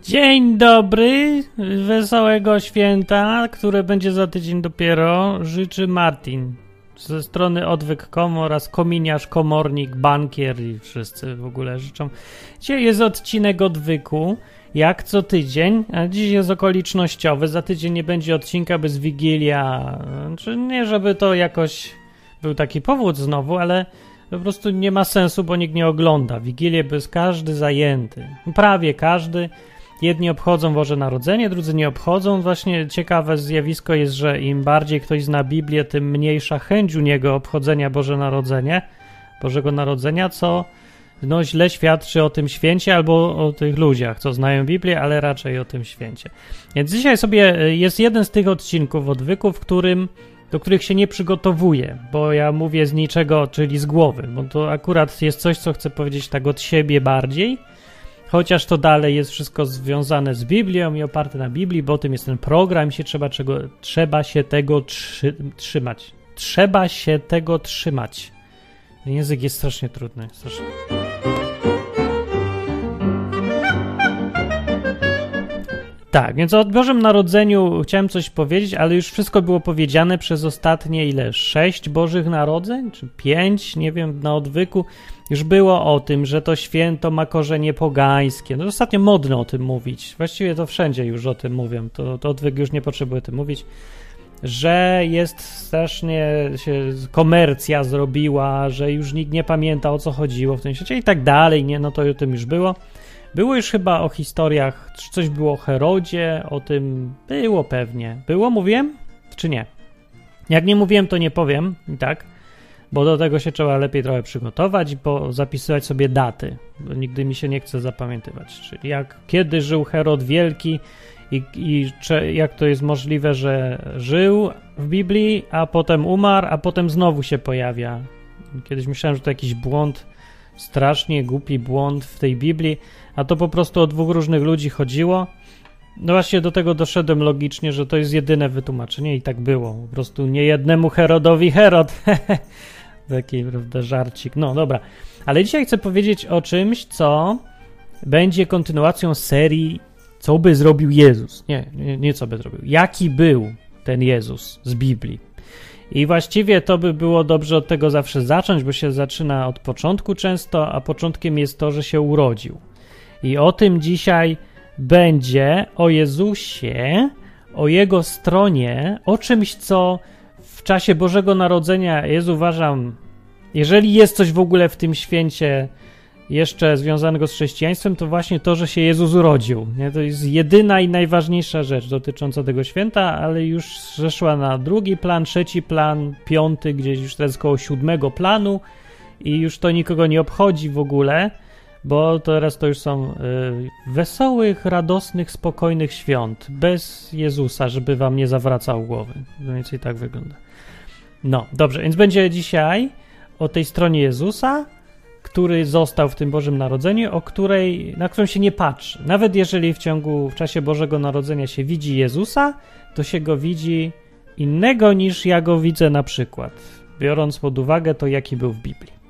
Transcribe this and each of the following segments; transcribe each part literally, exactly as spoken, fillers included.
Dzień dobry, wesołego święta, które będzie za tydzień dopiero, życzy Martin ze strony odwyk kropka com oraz kominiarz, komornik, bankier i wszyscy w ogóle życzą. Dzisiaj jest odcinek odwyku, jak co tydzień, a dziś jest okolicznościowy, za tydzień nie będzie odcinka, bez Wigilia, czy nie, żeby to jakoś był taki powód znowu, ale po prostu nie ma sensu, bo nikt nie ogląda. Wigilię bez każdy zajęty, prawie każdy. Jedni obchodzą Boże Narodzenie, drudzy nie obchodzą. Właśnie ciekawe zjawisko jest, że im bardziej ktoś zna Biblię, tym mniejsza chęć u niego obchodzenia Boże Narodzenie, Bożego Narodzenia, co no, źle świadczy o tym święcie albo o tych ludziach, co znają Biblię, ale raczej o tym święcie. Więc dzisiaj sobie jest jeden z tych odcinków odwyku, w którym, do których się nie przygotowuję, bo ja mówię z niczego, czyli z głowy, bo to akurat jest coś, co chcę powiedzieć tak od siebie bardziej, chociaż to dalej jest wszystko związane z Biblią i oparte na Biblii, bo o tym jest ten program i się trzeba, czego, trzeba się tego trzy, trzymać. Trzeba się tego trzymać. Ten język jest strasznie trudny. Strasznie. Tak, więc o Bożym Narodzeniu chciałem coś powiedzieć, ale już wszystko było powiedziane przez ostatnie ile? Sześć Bożych Narodzeń? Czy pięć? Nie wiem, na odwyku. Już było o tym, że to święto ma korzenie pogańskie. No ostatnio modno o tym mówić. Właściwie to wszędzie już o tym mówią. To, to odwyk już nie potrzebuje o tym mówić. Że jest strasznie się komercja zrobiła, że już nikt nie pamięta, o co chodziło w tym świecie i tak dalej. Nie, no to o tym już było. Było już chyba o historiach, czy coś było o Herodzie, o tym było pewnie. Było, mówiłem? Czy nie? Jak nie mówiłem, to nie powiem i tak, bo do tego się trzeba lepiej trochę przygotować i po, zapisywać sobie daty, bo nigdy mi się nie chce zapamiętywać. Czyli jak, kiedy żył Herod Wielki i, i czy, jak to jest możliwe, że żył w Biblii, a potem umarł, a potem znowu się pojawia. Kiedyś myślałem, że to jakiś błąd, strasznie głupi błąd w tej Biblii, a to po prostu o dwóch różnych ludzi chodziło. No właśnie do tego doszedłem logicznie, że to jest jedyne wytłumaczenie i tak było. Po prostu nie jednemu Herodowi Herod. Taki, prawda, żarcik. No dobra, ale dzisiaj chcę powiedzieć o czymś, co będzie kontynuacją serii Co by zrobił Jezus. Nie, nie, nie co by zrobił. Jaki był ten Jezus z Biblii. I właściwie to by było dobrze od tego zawsze zacząć, bo się zaczyna od początku często, a początkiem jest to, że się urodził. I o tym dzisiaj będzie, o Jezusie, o Jego stronie, o czymś, co w czasie Bożego Narodzenia jest, uważam, jeżeli jest coś w ogóle w tym święcie jeszcze związanego z chrześcijaństwem, to właśnie to, że się Jezus urodził. Nie? To jest jedyna i najważniejsza rzecz dotycząca tego święta, ale już zeszła na drugi plan, trzeci plan, piąty, gdzieś już teraz koło siódmego planu i już to nikogo nie obchodzi w ogóle, bo teraz to już są y, wesołych, radosnych, spokojnych świąt, bez Jezusa, żeby wam nie zawracał głowy. Mniej więcej tak wygląda. No, dobrze, więc będzie dzisiaj o tej stronie Jezusa, który został w tym Bożym Narodzeniu, o której, na którą się nie patrzy. Nawet jeżeli w ciągu, w czasie Bożego Narodzenia się widzi Jezusa, to się go widzi innego niż ja go widzę na przykład, biorąc pod uwagę to, jaki był w Biblii.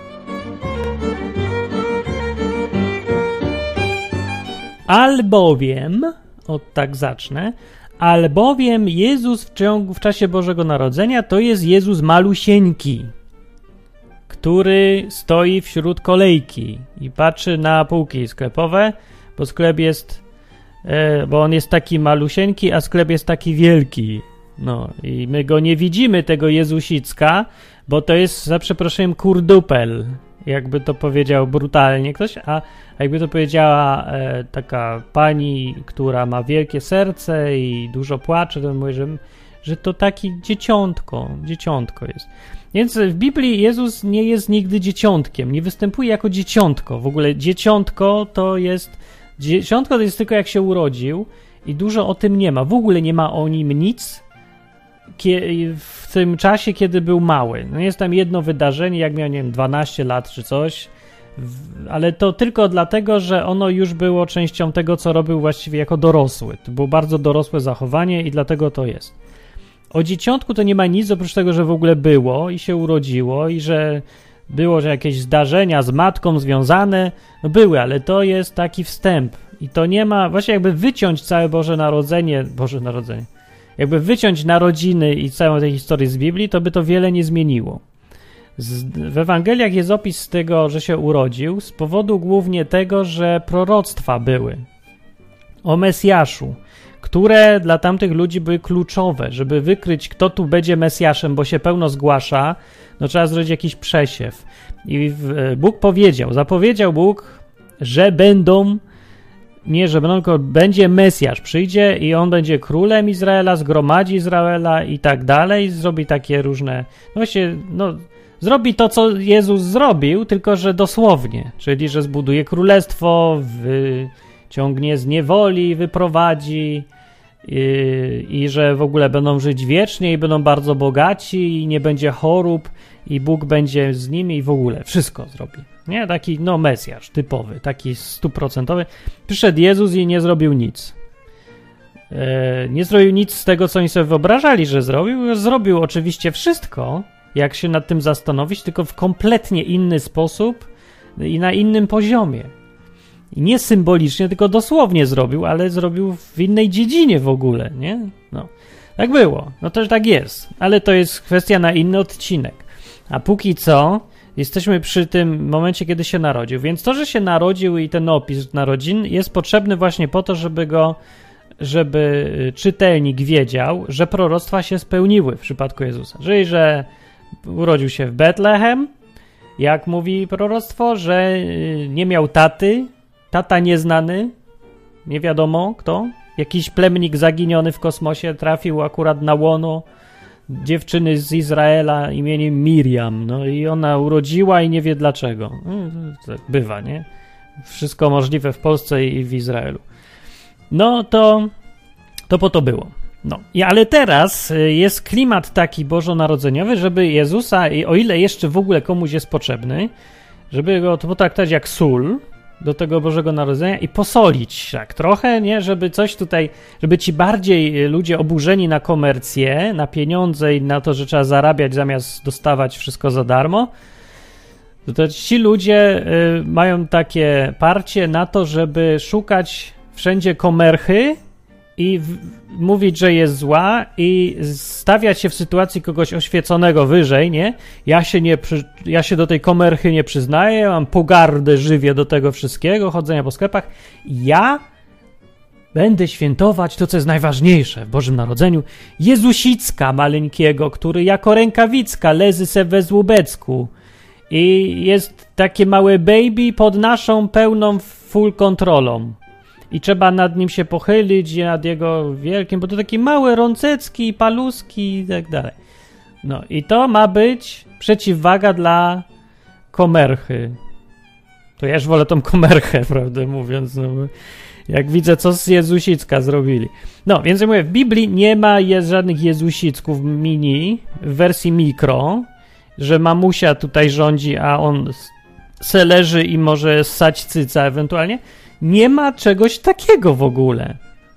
Albowiem, od tak zacznę, albowiem Jezus w ciągu, w czasie Bożego Narodzenia to jest Jezus malusieńki, który stoi wśród kolejki i patrzy na półki sklepowe, bo sklep jest, e, bo on jest taki malusieńki, a sklep jest taki wielki. No i my go nie widzimy, tego Jezusicka, bo to jest, za przeproszeniem, kurdupel, jakby to powiedział brutalnie ktoś, a jakby to powiedziała e, taka pani, która ma wielkie serce i dużo płacze, to mówi, że, że to taki dzieciątko, dzieciątko jest. Więc w Biblii Jezus nie jest nigdy dzieciątkiem, nie występuje jako dzieciątko. W ogóle dzieciątko to jest, dzieciątko to jest tylko jak się urodził i dużo o tym nie ma. W ogóle nie ma o nim nic w tym czasie, kiedy był mały. No jest tam jedno wydarzenie, jak miał, nie wiem, dwanaście lat czy coś, ale to tylko dlatego, że ono już było częścią tego, co robił właściwie jako dorosły. To było bardzo dorosłe zachowanie i dlatego to jest. O dzieciątku to nie ma nic, oprócz tego, że w ogóle było i się urodziło i że było, że jakieś zdarzenia z matką związane, no były, ale to jest taki wstęp i to nie ma, właśnie jakby wyciąć całe Boże Narodzenie, Boże Narodzenie, jakby wyciąć narodziny i całą tę historię z Biblii, to by to wiele nie zmieniło. Z, w Ewangeliach jest opis tego, że się urodził z powodu głównie tego, że proroctwa były o Mesjaszu, które dla tamtych ludzi były kluczowe, żeby wykryć, kto tu będzie Mesjaszem, bo się pełno zgłasza, no trzeba zrobić jakiś przesiew. I w, Bóg powiedział, zapowiedział Bóg, że będą, nie, że będą, tylko będzie Mesjasz, przyjdzie i on będzie królem Izraela, zgromadzi Izraela i tak dalej, zrobi takie różne, no właśnie, no, zrobi to, co Jezus zrobił, tylko że dosłownie, czyli że zbuduje królestwo, wyciągnie z niewoli, wyprowadzi i, i że w ogóle będą żyć wiecznie i będą bardzo bogaci i nie będzie chorób i Bóg będzie z nimi i w ogóle wszystko zrobi. Nie, taki no Mesjasz typowy, taki stuprocentowy. Przyszedł Jezus i nie zrobił nic. E, nie zrobił nic z tego, co oni sobie wyobrażali, że zrobił. Zrobił oczywiście wszystko, jak się nad tym zastanowić, tylko w kompletnie inny sposób i na innym poziomie. I nie symbolicznie, tylko dosłownie zrobił, ale zrobił w innej dziedzinie w ogóle, nie? No, tak było. No też tak jest. Ale to jest kwestia na inny odcinek. A póki co jesteśmy przy tym momencie, kiedy się narodził. Więc to, że się narodził i ten opis narodzin jest potrzebny właśnie po to, żeby go, żeby czytelnik wiedział, że proroctwa się spełniły w przypadku Jezusa. Czyli, że urodził się w Betlehem, jak mówi proroctwo, że nie miał taty, tata nieznany, nie wiadomo kto, jakiś plemnik zaginiony w kosmosie trafił akurat na łono dziewczyny z Izraela imieniem Miriam, no i ona urodziła i nie wie dlaczego. No, tak bywa, nie? Wszystko możliwe w Polsce i w Izraelu. No to, to po to było. No, i ale teraz jest klimat taki bożonarodzeniowy, żeby Jezusa, i o ile jeszcze w ogóle komuś jest potrzebny, żeby go to potraktować jak sól do tego Bożego Narodzenia i posolić tak trochę, nie? Żeby coś tutaj, żeby ci bardziej ludzie oburzeni na komercję, na pieniądze i na to, że trzeba zarabiać zamiast dostawać wszystko za darmo, to, to ci ludzie y, mają takie parcie na to, żeby szukać wszędzie komerchy i w, mówić, że jest zła i stawiać się w sytuacji kogoś oświeconego wyżej, nie? Ja się, nie przy, ja się do tej komerchy nie przyznaję, mam pogardę żywie do tego wszystkiego, chodzenia po sklepach. Ja będę świętować to, co jest najważniejsze w Bożym Narodzeniu. Jezusicka maleńkiego, który jako rękawicka leży se we złubecku i jest takie małe baby pod naszą pełną full kontrolą. I trzeba nad nim się pochylić, nad jego wielkim, bo to taki mały, rącecki, paluski i tak dalej. No i to ma być przeciwwaga dla komerchy. To ja już wolę tą komerchę, prawdę mówiąc, no, jak widzę, co z Jezusicka zrobili. No, więc ja mówię, w Biblii nie ma jest żadnych Jezusicków mini w wersji mikro, że mamusia tutaj rządzi, a on se leży i może ssać cyca ewentualnie. Nie ma czegoś takiego w ogóle.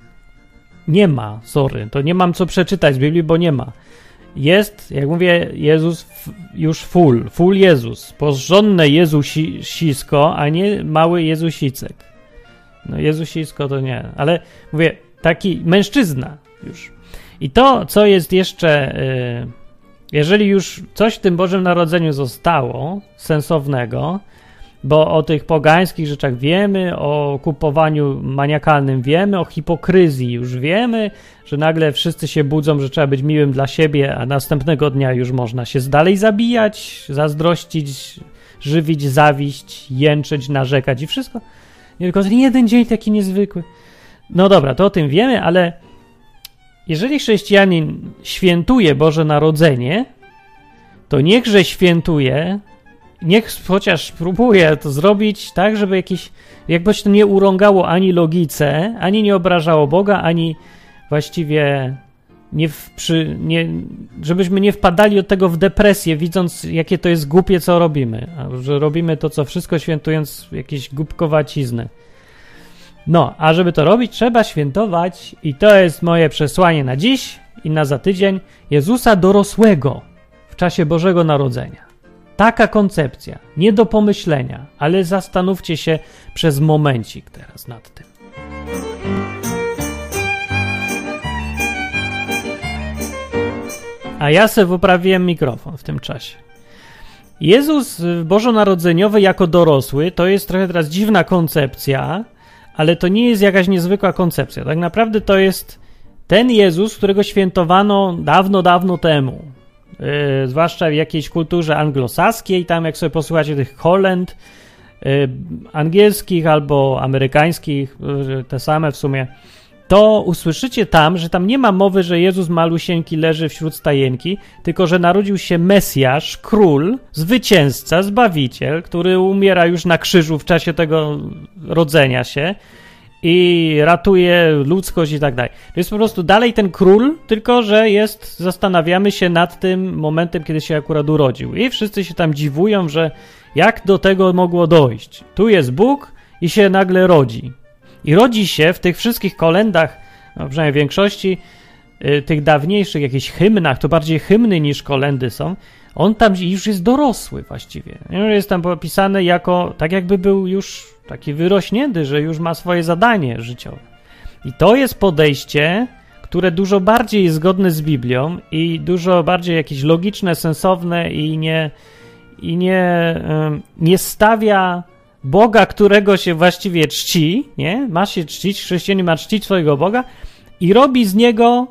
Nie ma, sorry, to nie mam co przeczytać z Biblii, bo nie ma. Jest, jak mówię, Jezus f- już full, full Jezus, porządne Jezusisko, a nie mały Jezusicek. No Jezusisko to nie, ale mówię, taki mężczyzna już. I to, co jest jeszcze, yy, jeżeli już coś w tym Bożym Narodzeniu zostało sensownego, bo o tych pogańskich rzeczach wiemy, o kupowaniu maniakalnym wiemy, o hipokryzji już wiemy, że nagle wszyscy się budzą, że trzeba być miłym dla siebie, a następnego dnia już można się dalej zabijać, zazdrościć, żywić zawiść, jęczeć, narzekać i wszystko. Nie tylko ten jeden dzień taki niezwykły. No dobra, to o tym wiemy, ale jeżeli chrześcijanin świętuje Boże Narodzenie, to niechże świętuje, niech chociaż próbuje to zrobić tak, żeby jakieś, jakbyś to nie urągało ani logice, ani nie obrażało Boga, ani właściwie nie, w, przy, nie żebyśmy nie wpadali od tego w depresję, widząc, jakie to jest głupie, co robimy. A że robimy to, co wszystko świętując jakieś głupkowacizny. No, a żeby to robić, trzeba świętować, i to jest moje przesłanie na dziś i na za tydzień, Jezusa dorosłego w czasie Bożego Narodzenia. Taka koncepcja, nie do pomyślenia, ale zastanówcie się przez momencik teraz nad tym. A ja se poprawiłem mikrofon w tym czasie. Jezus bożonarodzeniowy jako dorosły to jest trochę teraz dziwna koncepcja, ale to nie jest jakaś niezwykła koncepcja. Tak naprawdę to jest ten Jezus, którego świętowano dawno, dawno temu. Yy, zwłaszcza w jakiejś kulturze anglosaskiej, tam jak sobie posłuchacie tych kolęd yy, angielskich albo amerykańskich, yy, te same w sumie, to usłyszycie tam, że tam nie ma mowy, że Jezus malusieńki leży wśród stajenki, tylko że narodził się Mesjasz, król, zwycięzca, zbawiciel, który umiera już na krzyżu w czasie tego rodzenia się i ratuje ludzkość i tak dalej. To jest po prostu dalej ten król, tylko że jest, zastanawiamy się nad tym momentem, kiedy się akurat urodził. I wszyscy się tam dziwują, że jak do tego mogło dojść. Tu jest Bóg i się nagle rodzi. I rodzi się w tych wszystkich kolędach, no przynajmniej w większości y, tych dawniejszych jakichś hymnach, to bardziej hymny niż kolędy są, on tam już jest dorosły właściwie. Jest tam opisany jako, tak jakby był już taki wyrośnięty, że już ma swoje zadanie życiowe. I to jest podejście, które dużo bardziej jest zgodne z Biblią i dużo bardziej jakieś logiczne, sensowne i nie, i nie, y, nie stawia Boga, którego się właściwie czci, nie? Ma się czcić, chrześcijanin ma czcić swojego Boga i robi z niego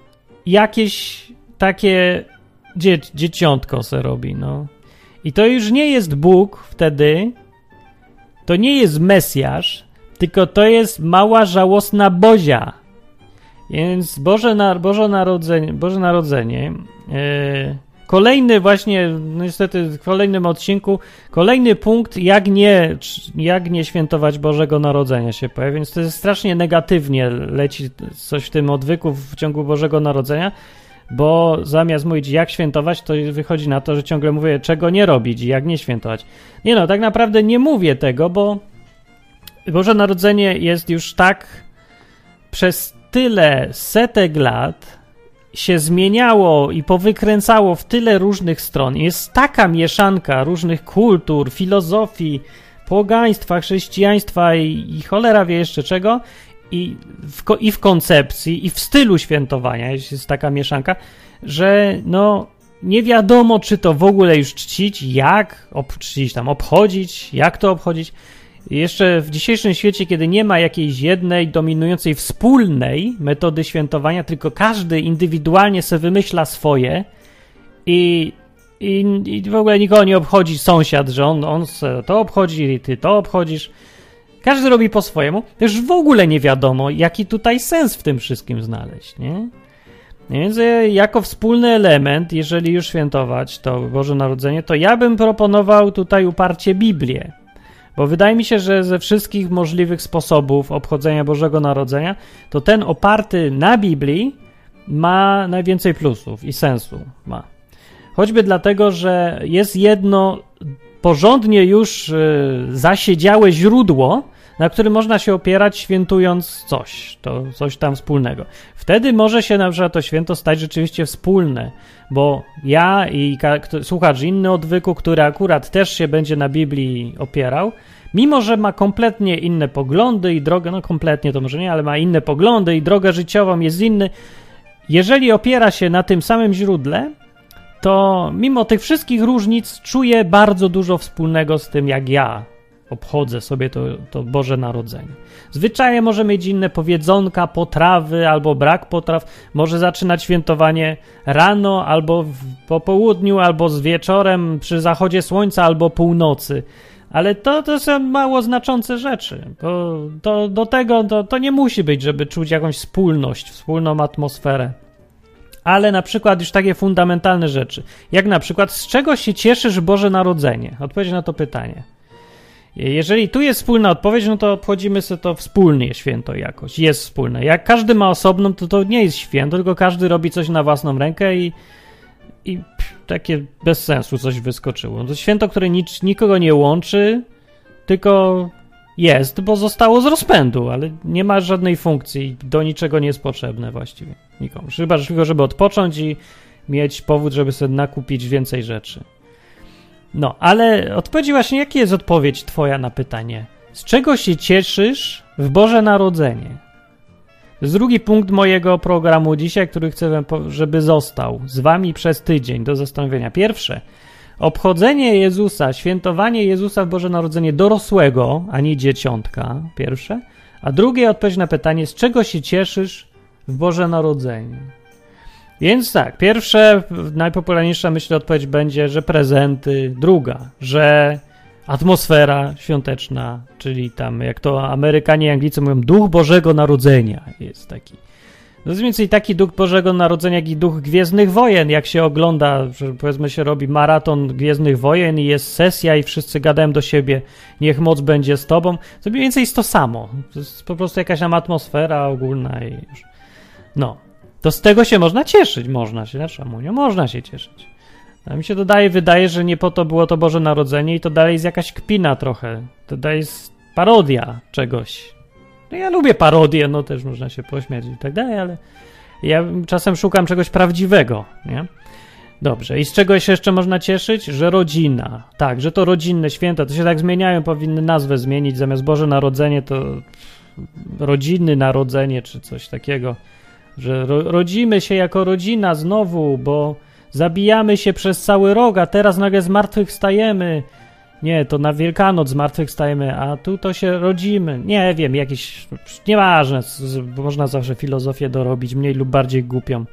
jakieś takie dzie- dzieciątko se robi, no. I to już nie jest Bóg wtedy, to nie jest Mesjasz, tylko to jest mała, żałosna Bozia. Więc Boże, na- Boże Narodzenie, Boże Narodzenie yy, kolejny właśnie, no niestety w kolejnym odcinku, kolejny punkt, jak nie, jak nie świętować Bożego Narodzenia się pojawia, więc to jest strasznie negatywnie leci coś w tym odwyku w ciągu Bożego Narodzenia, bo zamiast mówić jak świętować, to wychodzi na to, że ciągle mówię czego nie robić i jak nie świętować. Nie no, tak naprawdę nie mówię tego, bo Boże Narodzenie jest już tak przez tyle setek lat się zmieniało i powykręcało w tyle różnych stron. Jest taka mieszanka różnych kultur, filozofii, pogaństwa, chrześcijaństwa i, i cholera wie jeszcze czego, i w, i w koncepcji, i w stylu świętowania jest taka mieszanka, że no nie wiadomo, czy to w ogóle już czcić, jak ob, czcić tam, obchodzić, jak to obchodzić. Jeszcze w dzisiejszym świecie, kiedy nie ma jakiejś jednej dominującej wspólnej metody świętowania, tylko każdy indywidualnie sobie wymyśla swoje i, i, i w ogóle nikogo nie obchodzi sąsiad, że on, on to obchodzi i ty to obchodzisz. Każdy robi po swojemu. Też w ogóle nie wiadomo, jaki tutaj sens w tym wszystkim znaleźć, nie? Więc jako wspólny element, jeżeli już świętować to Boże Narodzenie, to ja bym proponował tutaj uparcie Biblię. Bo wydaje mi się, że ze wszystkich możliwych sposobów obchodzenia Bożego Narodzenia, to ten oparty na Biblii ma najwięcej plusów i sensu ma. Choćby dlatego, że jest jedno porządnie już y, zasiedziałe źródło, na którym można się opierać świętując coś, to coś tam wspólnego. Wtedy może się na przykład to święto stać rzeczywiście wspólne, bo ja i ka- słuchacz inny odwyku, który akurat też się będzie na Biblii opierał, mimo że ma kompletnie inne poglądy i drogę, no kompletnie to może nie, ale ma inne poglądy i drogę życiową jest inny, jeżeli opiera się na tym samym źródle, to mimo tych wszystkich różnic czuje bardzo dużo wspólnego z tym, jak ja obchodzę sobie to, to Boże Narodzenie. Zwyczaje może mieć inne powiedzonka, potrawy albo brak potraw. Może zaczynać świętowanie rano albo w, po południu, albo z wieczorem przy zachodzie słońca, albo północy. Ale to, to są mało znaczące rzeczy. Bo to, do tego to, to nie musi być, żeby czuć jakąś wspólność, wspólną atmosferę. Ale na przykład już takie fundamentalne rzeczy. Jak na przykład, z czego się cieszysz Boże Narodzenie? Odpowiedź na to pytanie. Jeżeli tu jest wspólna odpowiedź, no to obchodzimy sobie to wspólnie święto jakoś. Jest wspólne. Jak każdy ma osobną, to to nie jest święto, tylko każdy robi coś na własną rękę i, i pff, takie bez sensu coś wyskoczyło. To święto, które nic, nikogo nie łączy, tylko jest, bo zostało z rozpędu, ale nie ma żadnej funkcji, do niczego nie jest potrzebne właściwie nikomu. Chyba tylko, żeby odpocząć i mieć powód, żeby sobie nakupić więcej rzeczy. No, ale odpowiedź właśnie, jaka jest odpowiedź twoja na pytanie? Z czego się cieszysz w Boże Narodzenie? To jest drugi punkt mojego programu dzisiaj, który chcę, żeby został z wami przez tydzień do zastanowienia. Pierwsze, obchodzenie Jezusa, świętowanie Jezusa w Boże Narodzenie dorosłego, a nie dzieciątka, pierwsze. A drugie, odpowiedź na pytanie, z czego się cieszysz w Boże Narodzenie? Więc tak, pierwsze, najpopularniejsza myślę odpowiedź będzie, że prezenty. Druga, że atmosfera świąteczna, czyli tam, jak to Amerykanie i Anglicy mówią, duch Bożego Narodzenia jest taki. To jest mniej więcej taki duch Bożego Narodzenia, jak i duch Gwiezdnych Wojen, jak się ogląda, że powiedzmy się robi maraton Gwiezdnych Wojen i jest sesja i wszyscy gadają do siebie, niech moc będzie z tobą. To mniej więcej jest to samo. To jest po prostu jakaś tam atmosfera ogólna i już. No. To z tego się można cieszyć. Można się, czemu nie? Można się cieszyć. A mi się dodaje, wydaje, że nie po to było to Boże Narodzenie i to dalej jest jakaś kpina trochę. To dalej jest parodia czegoś. No ja lubię parodię, no też można się pośmiać i tak dalej, ale ja czasem szukam czegoś prawdziwego, nie? Dobrze. I z czego się jeszcze można cieszyć? Że rodzina. Tak, że to rodzinne święta. To się tak zmieniają, powinny nazwę zmienić. Zamiast Boże Narodzenie to rodziny narodzenie czy coś takiego. Że ro- rodzimy się jako rodzina znowu, bo zabijamy się przez cały rok, a teraz nagle zmartwychwstajemy. Nie, to na Wielkanoc zmartwychwstajemy, a tu to się rodzimy. Nie wiem, jakiś... Nieważne, bo można zawsze filozofię dorobić, mniej lub bardziej głupią.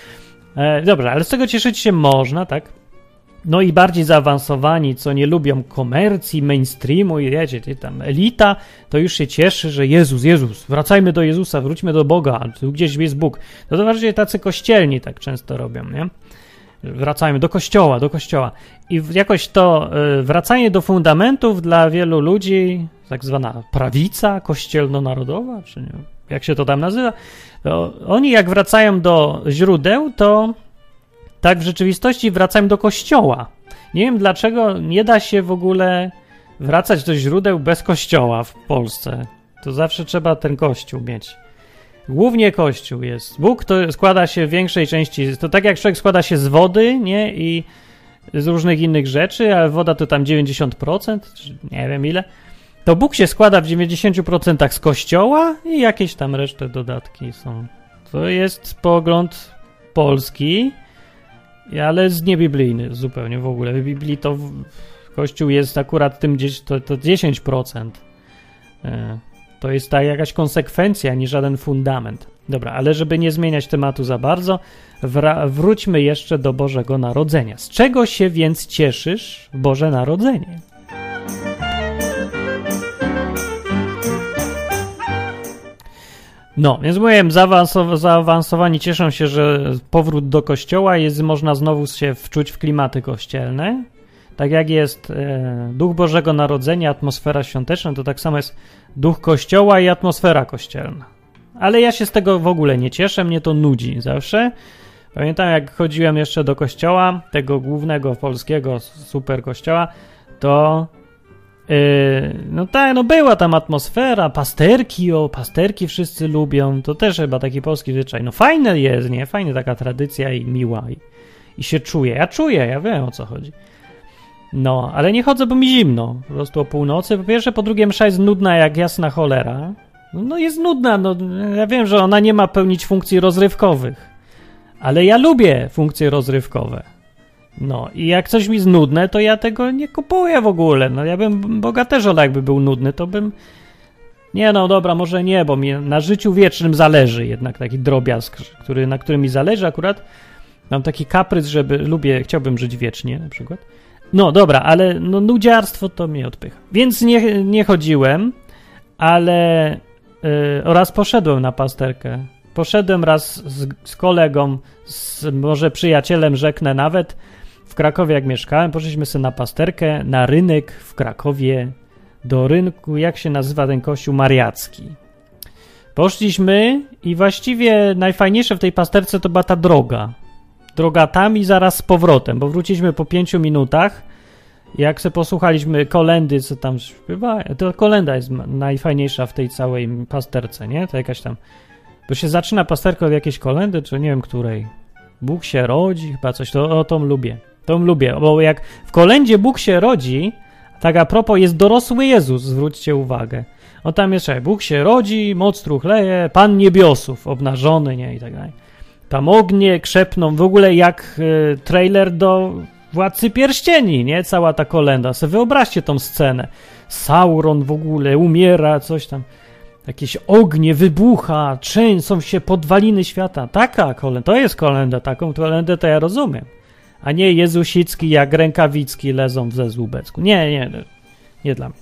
E, dobra, ale z tego cieszyć się można, tak? No i bardziej zaawansowani, co nie lubią komercji, mainstreamu i wiecie, tam elita, to już się cieszy, że Jezus, Jezus, wracajmy do Jezusa, wróćmy do Boga, tu gdzieś jest Bóg. No to bardziej tacy kościelni tak często robią, nie? Wracajmy do kościoła, do kościoła. I jakoś to y, wracanie do fundamentów dla wielu ludzi, tak zwana prawica kościelno-narodowa, czy nie, jak się to tam nazywa, to oni jak wracają do źródeł, to tak w rzeczywistości wracają do kościoła. Nie wiem dlaczego nie da się w ogóle wracać do źródeł bez kościoła w Polsce. To zawsze trzeba ten kościół mieć. Głównie kościół jest. Bóg to składa się w większej części, to tak jak człowiek składa się z wody, nie? I z różnych innych rzeczy, ale woda to tam dziewięćdziesiąt procent, czy nie wiem ile. To Bóg się składa w dziewięćdziesiąt procent z kościoła i jakieś tam resztę dodatki są. To jest pogląd polski, ale z niebiblijny zupełnie w ogóle. W Biblii to w, Kościół jest akurat tym gdzieś, to, to dziesięć procent. E, to jest ta jakaś konsekwencja, nie żaden fundament. Dobra, ale żeby nie zmieniać tematu za bardzo, wra- wróćmy jeszcze do Bożego Narodzenia. Z czego się więc cieszysz w Boże Narodzenie? No, więc mówiłem, zaawansow- zaawansowani cieszą się, że powrót do kościoła jest, można znowu się wczuć w klimaty kościelne. Tak jak jest e, duch Bożego Narodzenia, atmosfera świąteczna, to tak samo jest duch kościoła i atmosfera kościelna. Ale ja się z tego w ogóle nie cieszę, mnie to nudzi zawsze. Pamiętam, jak chodziłem jeszcze do kościoła, tego głównego polskiego super kościoła, to Yy, no tak, no była tam atmosfera, pasterki, o, pasterki wszyscy lubią, to też chyba taki polski zwyczaj. No fajne jest, nie? Fajna taka tradycja i miła i, i się czuję. Ja czuję, ja wiem o co chodzi. No, ale nie chodzę, bo mi zimno. Po prostu o północy. Po pierwsze, po drugie msza jest nudna jak jasna cholera. No jest nudna, no ja wiem, że ona nie ma pełnić funkcji rozrywkowych. Ale ja lubię funkcje rozrywkowe. No i jak coś mi jest nudne, to ja tego nie kupuję w ogóle. No ja bym bogaterzola, jakby był nudny, to bym... Nie no, dobra, może nie, bo mi na życiu wiecznym zależy jednak taki drobiazg, który, na którym mi zależy akurat. Mam taki kaprys, żeby lubię, chciałbym żyć wiecznie na przykład. No dobra, ale no, nudziarstwo to mnie odpycha. Więc nie, nie chodziłem, ale yy, oraz poszedłem na pasterkę. Poszedłem raz z, z kolegą, z może przyjacielem rzeknę nawet, w Krakowie jak mieszkałem, poszliśmy sobie na pasterkę, na rynek w Krakowie, do rynku, jak się nazywa ten kościół, mariacki. Poszliśmy i właściwie najfajniejsze w tej pasterce to była ta droga. Droga tam i zaraz z powrotem, bo wróciliśmy po pięciu minutach. Jak sobie posłuchaliśmy kolendy, co tam śpiewa, to kolenda jest najfajniejsza w tej całej pasterce, nie? To jakaś tam... Bo się zaczyna pasterka od jakiejś kolendy, czy nie wiem której. Bóg się rodzi, chyba coś, to o tą lubię. To lubię, bo jak w kolędzie Bóg się rodzi, tak a propos jest dorosły Jezus, zwróćcie uwagę. O tam jest, Bóg się rodzi, moc truchleje, Pan niebiosów, obnażony, nie, i tak dalej. Tam ognie krzepną, w ogóle jak y, trailer do Władcy Pierścieni, nie? Cała ta kolenda. Se wyobraźcie tą scenę. Sauron w ogóle umiera, coś tam. Jakieś ognie wybucha, trzęsą się podwaliny świata. Taka kolenda, to jest kolenda, taką kolendę to ja rozumiem. A nie Jezusicki jak Rękawicki lezą ze Złubecku. Nie, nie, nie, nie dla mnie.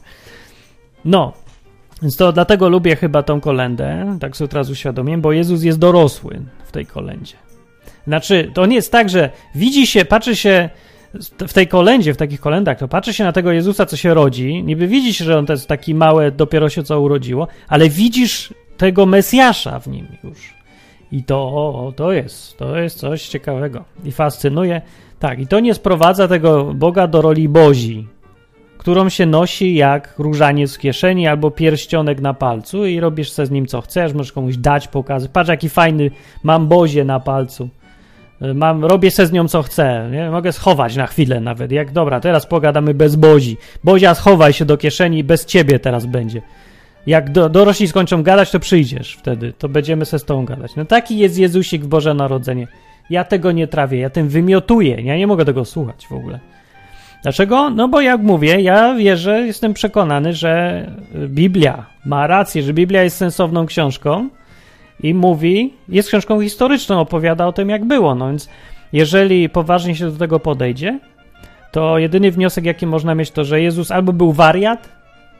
No, więc to dlatego lubię chyba tą kolendę, tak sobie teraz uświadomiłem, bo Jezus jest dorosły w tej kolędzie. Znaczy, to nie jest tak, że widzi się, patrzy się w tej kolędzie, w takich kolendach, to patrzy się na tego Jezusa, co się rodzi, niby widzisz, że on to jest taki mały, dopiero się co urodziło, ale widzisz tego Mesjasza w nim już. I to, o, to jest, to jest coś ciekawego i fascynuje. Tak, i to nie sprowadza tego Boga do roli Bozi, którą się nosi jak różaniec w kieszeni albo pierścionek na palcu i robisz se z nim co chcesz, możesz komuś dać, pokazać. Patrz, jaki fajny mam Bozię na palcu. Mam, robię se z nią co chcę, nie? Mogę schować na chwilę nawet. Jak dobra, teraz pogadamy bez Bozi. Bozia, schowaj się do kieszeni, bez ciebie teraz będzie. Jak do, dorośli skończą gadać, to przyjdziesz wtedy, to będziemy se z tobą gadać. No taki jest Jezusik w Boże Narodzenie. Ja tego nie trawię, ja tym wymiotuję, ja nie mogę tego słuchać w ogóle. Dlaczego? No bo jak mówię, ja wierzę, jestem przekonany, że Biblia ma rację, że Biblia jest sensowną książką i mówi, jest książką historyczną, opowiada o tym, jak było. No więc jeżeli poważnie się do tego podejdzie, to jedyny wniosek, jaki można mieć, to, że Jezus albo był wariat,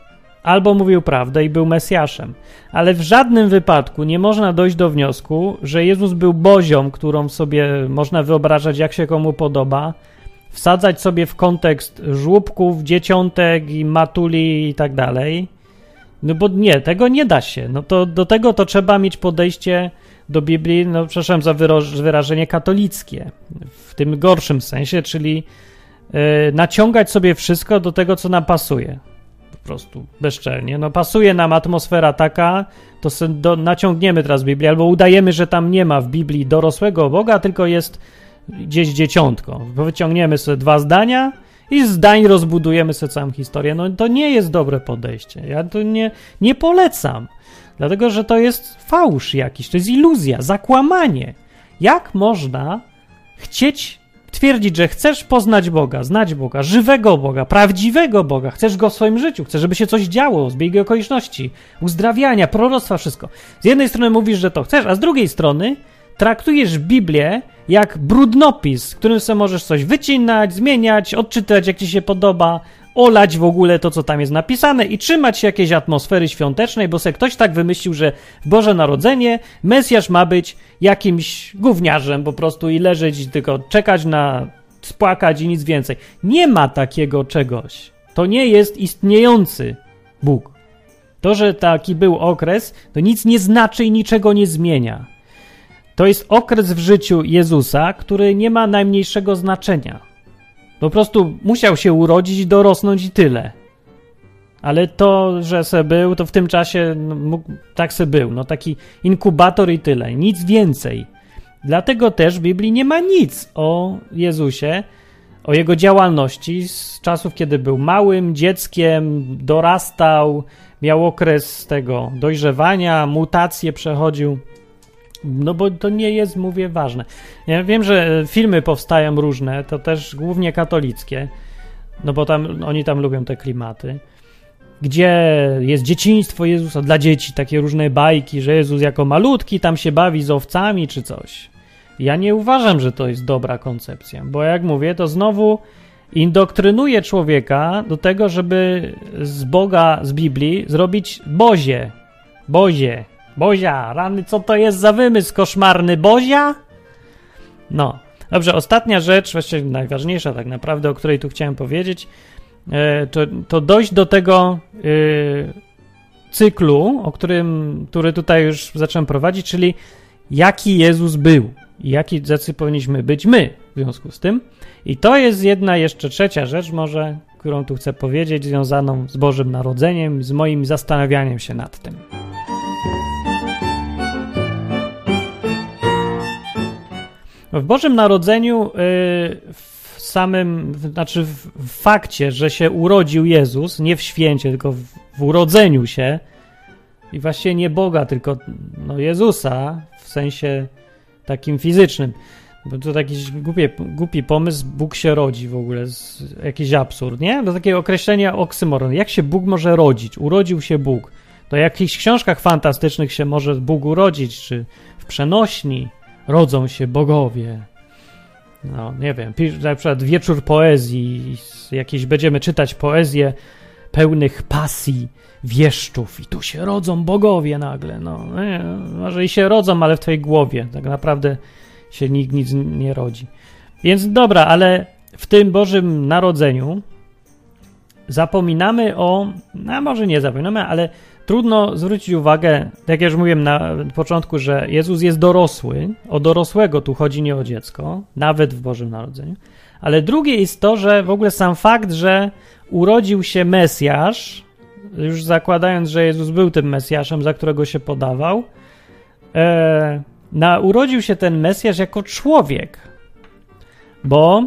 albo mówił prawdę i był Mesjaszem. Ale w żadnym wypadku nie można dojść do wniosku, że Jezus był Bozią, którą sobie można wyobrażać, jak się komu podoba, wsadzać sobie w kontekst żłóbków, dzieciątek i matuli i tak dalej. No bo nie, tego nie da się. No to do tego to trzeba mieć podejście do Biblii, no przepraszam za wyro- wyrażenie katolickie, w tym gorszym sensie, czyli yy, naciągać sobie wszystko do tego, co nam pasuje. Po prostu, bezczelnie. No pasuje nam atmosfera taka, to sobie do, naciągniemy teraz Biblię, albo udajemy, że tam nie ma w Biblii dorosłego Boga, tylko jest gdzieś dzieciątko. Wyciągniemy sobie dwa zdania i z zdań rozbudujemy sobie całą historię. No to nie jest dobre podejście. Ja to nie, nie polecam. Dlatego, że to jest fałsz jakiś, to jest iluzja, zakłamanie. Jak można chcieć twierdzić, że chcesz poznać Boga, znać Boga, żywego Boga, prawdziwego Boga, chcesz Go w swoim życiu, chcesz, żeby się coś działo, zbiegi okoliczności, uzdrawiania, proroctwa, wszystko. Z jednej strony mówisz, że to chcesz, a z drugiej strony traktujesz Biblię jak brudnopis, w którym sobie możesz coś wycinać, zmieniać, odczytać, jak ci się podoba, olać w ogóle to, co tam jest napisane i trzymać się jakiejś atmosfery świątecznej, bo se ktoś tak wymyślił, że w Boże Narodzenie Mesjasz ma być jakimś gówniarzem po prostu i leżeć, tylko czekać na spłakać i nic więcej. Nie ma takiego czegoś. To nie jest istniejący Bóg. To, że taki był okres, to nic nie znaczy i niczego nie zmienia. To jest okres w życiu Jezusa, który nie ma najmniejszego znaczenia. Po prostu musiał się urodzić i dorosnąć i tyle. Ale to, że se był, to w tym czasie no, mógł, tak se był. No taki inkubator i tyle. Nic więcej. Dlatego też w Biblii nie ma nic o Jezusie, o jego działalności z czasów, kiedy był małym dzieckiem, dorastał, miał okres tego dojrzewania, mutacje przechodził. No bo to nie jest, mówię, ważne. Ja wiem, że filmy powstają różne, to też głównie katolickie, no bo tam oni tam lubią te klimaty, gdzie jest dzieciństwo Jezusa dla dzieci, takie różne bajki, że Jezus jako malutki tam się bawi z owcami czy coś. Ja nie uważam, że to jest dobra koncepcja, bo jak mówię, to znowu indoktrynuje człowieka do tego, żeby z Boga, z Biblii zrobić Bozie. Bozie. Bozia, rany, co to jest za wymysł koszmarny? Bozia? No, dobrze, ostatnia rzecz, właściwie najważniejsza tak naprawdę, o której tu chciałem powiedzieć, to, to dojść do tego yy, cyklu, o którym, który tutaj już zacząłem prowadzić, czyli jaki Jezus był i jaki jacy powinniśmy być my w związku z tym. I to jest jedna jeszcze trzecia rzecz może, którą tu chcę powiedzieć, związaną z Bożym Narodzeniem, z moim zastanawianiem się nad tym. W Bożym Narodzeniu yy, samym, znaczy w, w fakcie, że się urodził Jezus, nie w święcie, tylko w, w urodzeniu się i właściwie nie Boga, tylko no Jezusa w sensie takim fizycznym. Bo to jakiś głupi, głupi pomysł, Bóg się rodzi w ogóle, z, jakiś absurd, nie? Do takiego określenia oksymoron. Jak się Bóg może rodzić? Urodził się Bóg. To w jakichś książkach fantastycznych się może Bóg urodzić, czy w przenośni rodzą się bogowie. No, nie wiem, na przykład wieczór poezji, jakieś będziemy czytać poezję pełnych pasji wieszczów i tu się rodzą bogowie nagle. No, nie, może i się rodzą, ale w twojej głowie. Tak naprawdę się nikt nic nie rodzi. Więc dobra, ale w tym Bożym Narodzeniu zapominamy o, no może nie zapominamy, ale trudno zwrócić uwagę, tak jak już mówiłem na początku, że Jezus jest dorosły, o dorosłego tu chodzi, nie o dziecko, nawet w Bożym Narodzeniu, ale drugie jest to, że w ogóle sam fakt, że urodził się Mesjasz, już zakładając, że Jezus był tym Mesjaszem, za którego się podawał, e, na, urodził się ten Mesjasz jako człowiek, bo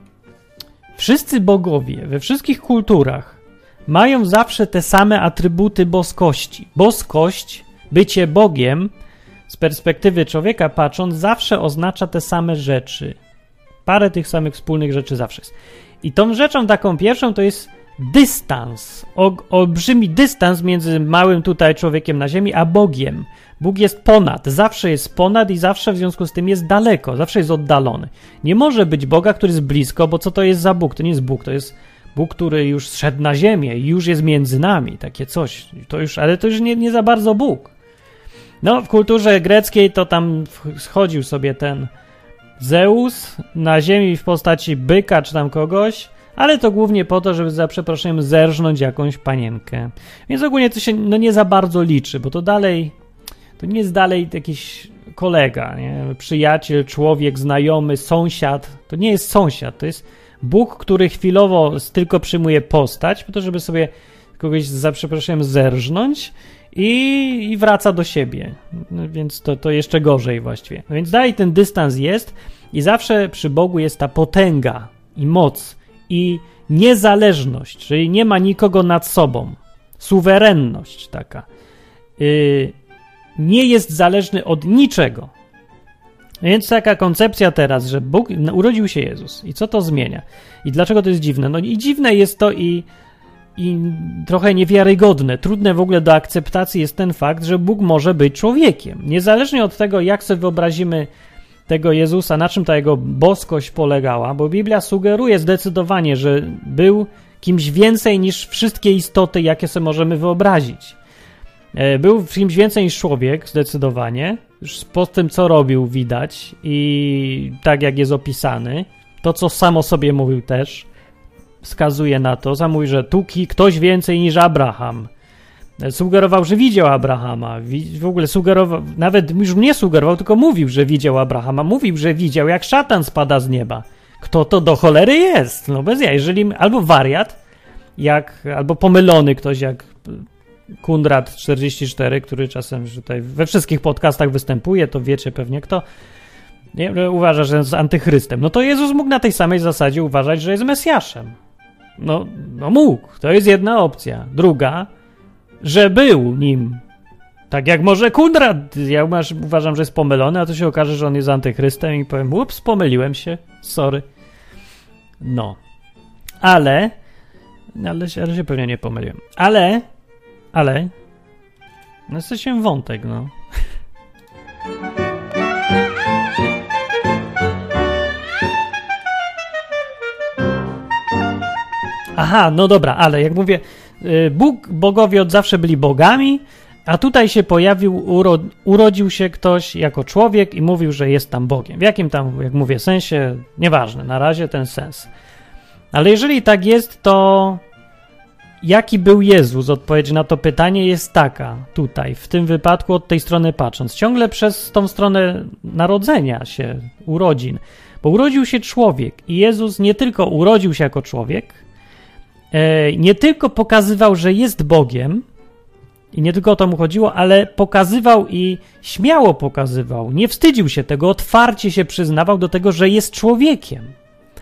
wszyscy bogowie we wszystkich kulturach mają zawsze te same atrybuty boskości. Boskość, bycie Bogiem, z perspektywy człowieka patrząc, zawsze oznacza te same rzeczy. Parę tych samych wspólnych rzeczy zawsze jest. I tą rzeczą taką pierwszą to jest dystans, o, olbrzymi dystans między małym tutaj człowiekiem na ziemi, a Bogiem. Bóg jest ponad, zawsze jest ponad i zawsze w związku z tym jest daleko, zawsze jest oddalony. Nie może być Boga, który jest blisko, bo co to jest za Bóg? To nie jest Bóg, to jest Bóg, który już zszedł na ziemię i już jest między nami, takie coś. To już, ale to już nie, nie za bardzo Bóg. No, w kulturze greckiej to tam schodził sobie ten Zeus na ziemi w postaci byka czy tam kogoś, ale to głównie po to, żeby za przeproszeniem zerżnąć jakąś panienkę. Więc ogólnie to się no, nie za bardzo liczy, bo to dalej, to nie jest dalej jakiś kolega, nie? Przyjaciel, człowiek, znajomy, sąsiad. To nie jest sąsiad, to jest Bóg, który chwilowo tylko przyjmuje postać po to, żeby sobie kogoś za przeproszeniem zerżnąć i, i wraca do siebie. No, więc to, to jeszcze gorzej właściwie. No więc dalej ten dystans jest i zawsze przy Bogu jest ta potęga i moc i niezależność, czyli nie ma nikogo nad sobą. Suwerenność taka. Yy, nie jest zależny od niczego. Więc taka koncepcja teraz, że Bóg, urodził się Jezus i co to zmienia? I dlaczego to jest dziwne? No i dziwne jest to i, i trochę niewiarygodne, trudne w ogóle do akceptacji jest ten fakt, że Bóg może być człowiekiem. Niezależnie od tego, jak sobie wyobrazimy tego Jezusa, na czym ta jego boskość polegała, bo Biblia sugeruje zdecydowanie, że był kimś więcej niż wszystkie istoty, jakie sobie możemy wyobrazić. Był kimś więcej niż człowiek, zdecydowanie. Już po tym, co robił, widać i tak, jak jest opisany. To, co sam o sobie mówił też, wskazuje na to. Sam mówi, że tu ktoś więcej niż Abraham. Sugerował, że widział Abrahama. W ogóle sugerował, nawet już nie sugerował, tylko mówił, że widział Abrahama. Mówił, że widział, jak szatan spada z nieba. Kto to do cholery jest? No bez ja. Jeżeli albo wariat, jak, albo pomylony ktoś, jak Kundrat czterdzieści cztery, który czasem tutaj we wszystkich podcastach występuje, to wiecie pewnie kto, nie, uważa, że jest antychrystem. No to Jezus mógł na tej samej zasadzie uważać, że jest Mesjaszem. No, no mógł. To jest jedna opcja. Druga, że był nim. Tak jak może Kundrat. Ja uważam, że jest pomylony, a to się okaże, że on jest antychrystem i powiem, ups, pomyliłem się. Sorry. No. Ale ale się, ale się pewnie nie pomyliłem. Ale Ale no jesteśmy wątek, no. Aha, no dobra, ale jak mówię, Bóg, bogowie od zawsze byli bogami, a tutaj się pojawił, uro, urodził się ktoś jako człowiek i mówił, że jest tam Bogiem. W jakim tam, jak mówię, sensie, nieważne, na razie ten sens. Ale jeżeli tak jest, to jaki był Jezus? Odpowiedź na to pytanie jest taka, tutaj, w tym wypadku od tej strony patrząc. Ciągle przez tą stronę narodzenia się, urodzin. Bo urodził się człowiek i Jezus nie tylko urodził się jako człowiek, nie tylko pokazywał, że jest Bogiem i nie tylko o to mu chodziło, ale pokazywał i śmiało pokazywał, nie wstydził się tego, otwarcie się przyznawał do tego, że jest człowiekiem.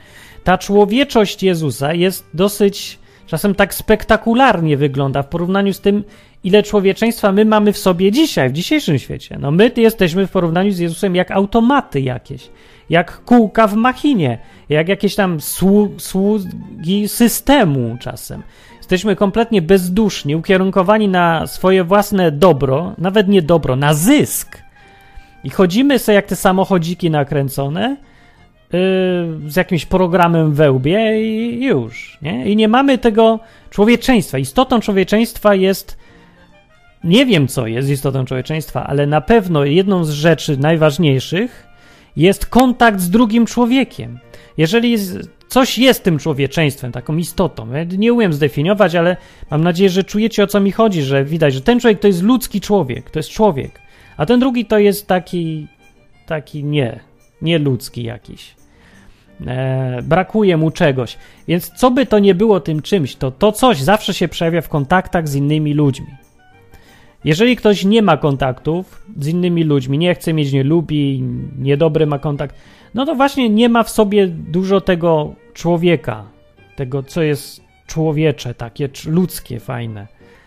ta człowieczość Jezusa jest dosyć, czasem tak spektakularnie wygląda w porównaniu z tym, ile człowieczeństwa my mamy w sobie dzisiaj, w dzisiejszym świecie. No my jesteśmy w porównaniu z Jezusem jak automaty jakieś, jak kółka w machinie, jak jakieś tam słu- sługi systemu czasem. Jesteśmy kompletnie bezduszni, ukierunkowani na swoje własne dobro, nawet nie dobro, na zysk. I chodzimy sobie jak te samochodziki nakręcone yy, z jakimś programem we łbie i już. Nie? I nie mamy tego człowieczeństwa. Istotą człowieczeństwa jest, nie wiem co jest istotą człowieczeństwa, ale na pewno jedną z rzeczy najważniejszych jest kontakt z drugim człowiekiem. Jeżeli coś jest tym człowieczeństwem, taką istotą, ja nie umiem zdefiniować, ale mam nadzieję, że czujecie, o co mi chodzi, że widać, że ten człowiek to jest ludzki człowiek, to jest człowiek, a ten drugi to jest taki, taki nie, nie ludzki jakiś. E, brakuje mu czegoś. Więc co by to nie było tym czymś, to to coś zawsze się przejawia w kontaktach z innymi ludźmi. Jeżeli ktoś nie ma kontaktów z innymi ludźmi, nie chce mieć, nie lubi, niedobry ma kontakt, no to właśnie nie ma w sobie dużo tego człowieka, tego, co jest człowiecze, takie ludzkie, fajne.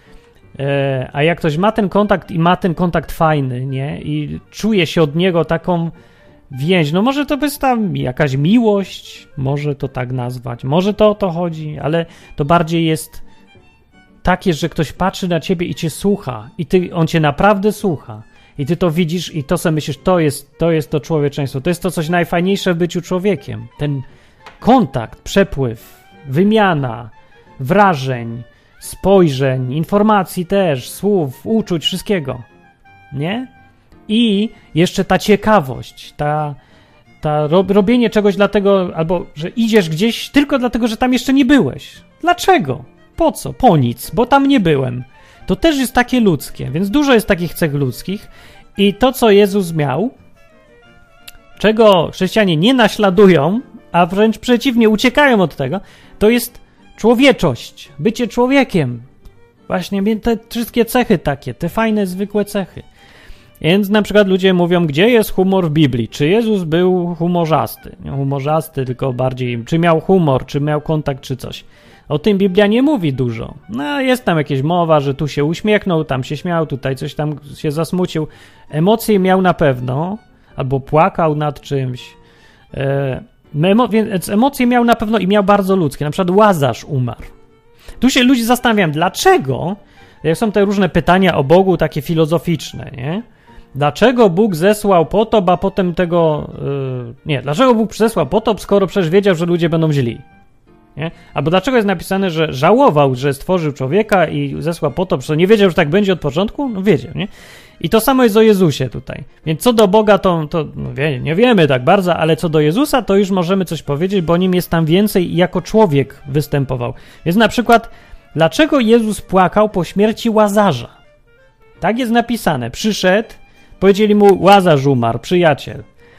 E, a jak ktoś ma ten kontakt i ma ten kontakt fajny, nie? I czuje się od niego taką więź, no może to jest tam jakaś miłość, może to tak nazwać, może to o to chodzi, ale to bardziej jest takie, że ktoś patrzy na ciebie i cię słucha i ty, on cię naprawdę słucha i ty to widzisz i to sobie myślisz, to jest, to jest to człowieczeństwo, to jest to coś najfajniejsze w byciu człowiekiem. Ten kontakt, przepływ, wymiana wrażeń, spojrzeń, informacji też, słów, uczuć, wszystkiego, nie? I jeszcze ta ciekawość, ta, ta robienie czegoś dlatego, albo że idziesz gdzieś tylko dlatego, że tam jeszcze nie byłeś. Dlaczego? Po co? Po nic, bo tam nie byłem. To też jest takie ludzkie, więc dużo jest takich cech ludzkich i to, co Jezus miał, czego chrześcijanie nie naśladują, a wręcz przeciwnie, uciekają od tego, to jest człowieczość, bycie człowiekiem. Właśnie te wszystkie cechy takie, te fajne, zwykłe cechy. Więc na przykład ludzie mówią, gdzie jest humor w Biblii? Czy Jezus był humorzasty? Nie humorzasty, tylko bardziej, czy miał humor, czy miał kontakt, czy coś. O tym Biblia nie mówi dużo. No, jest tam jakieś mowa, że tu się uśmiechnął, tam się śmiał, tutaj coś tam się zasmucił. Emocje miał na pewno, albo płakał nad czymś. E, emo, więc emocje miał na pewno i miał bardzo ludzkie. Na przykład Łazarz umarł. Tu się ludzie zastanawiają, dlaczego, jak są te różne pytania o Bogu, takie filozoficzne, nie? Dlaczego Bóg zesłał potop, a potem tego... Yy, nie, dlaczego Bóg zesłał potop, skoro przecież wiedział, że ludzie będą źli? Nie? Albo dlaczego jest napisane, że żałował, że stworzył człowieka i zesłał potop, że nie wiedział, że tak będzie od początku? No wiedział, nie? I to samo jest o Jezusie tutaj. Więc co do Boga, to, to no wie, nie wiemy tak bardzo, ale co do Jezusa, to już możemy coś powiedzieć, bo nim jest tam więcej i jako człowiek występował. Więc na przykład, dlaczego Jezus płakał po śmierci Łazarza? Tak jest napisane. Przyszedł, powiedzieli mu, Łazarz umarł, przyjaciel.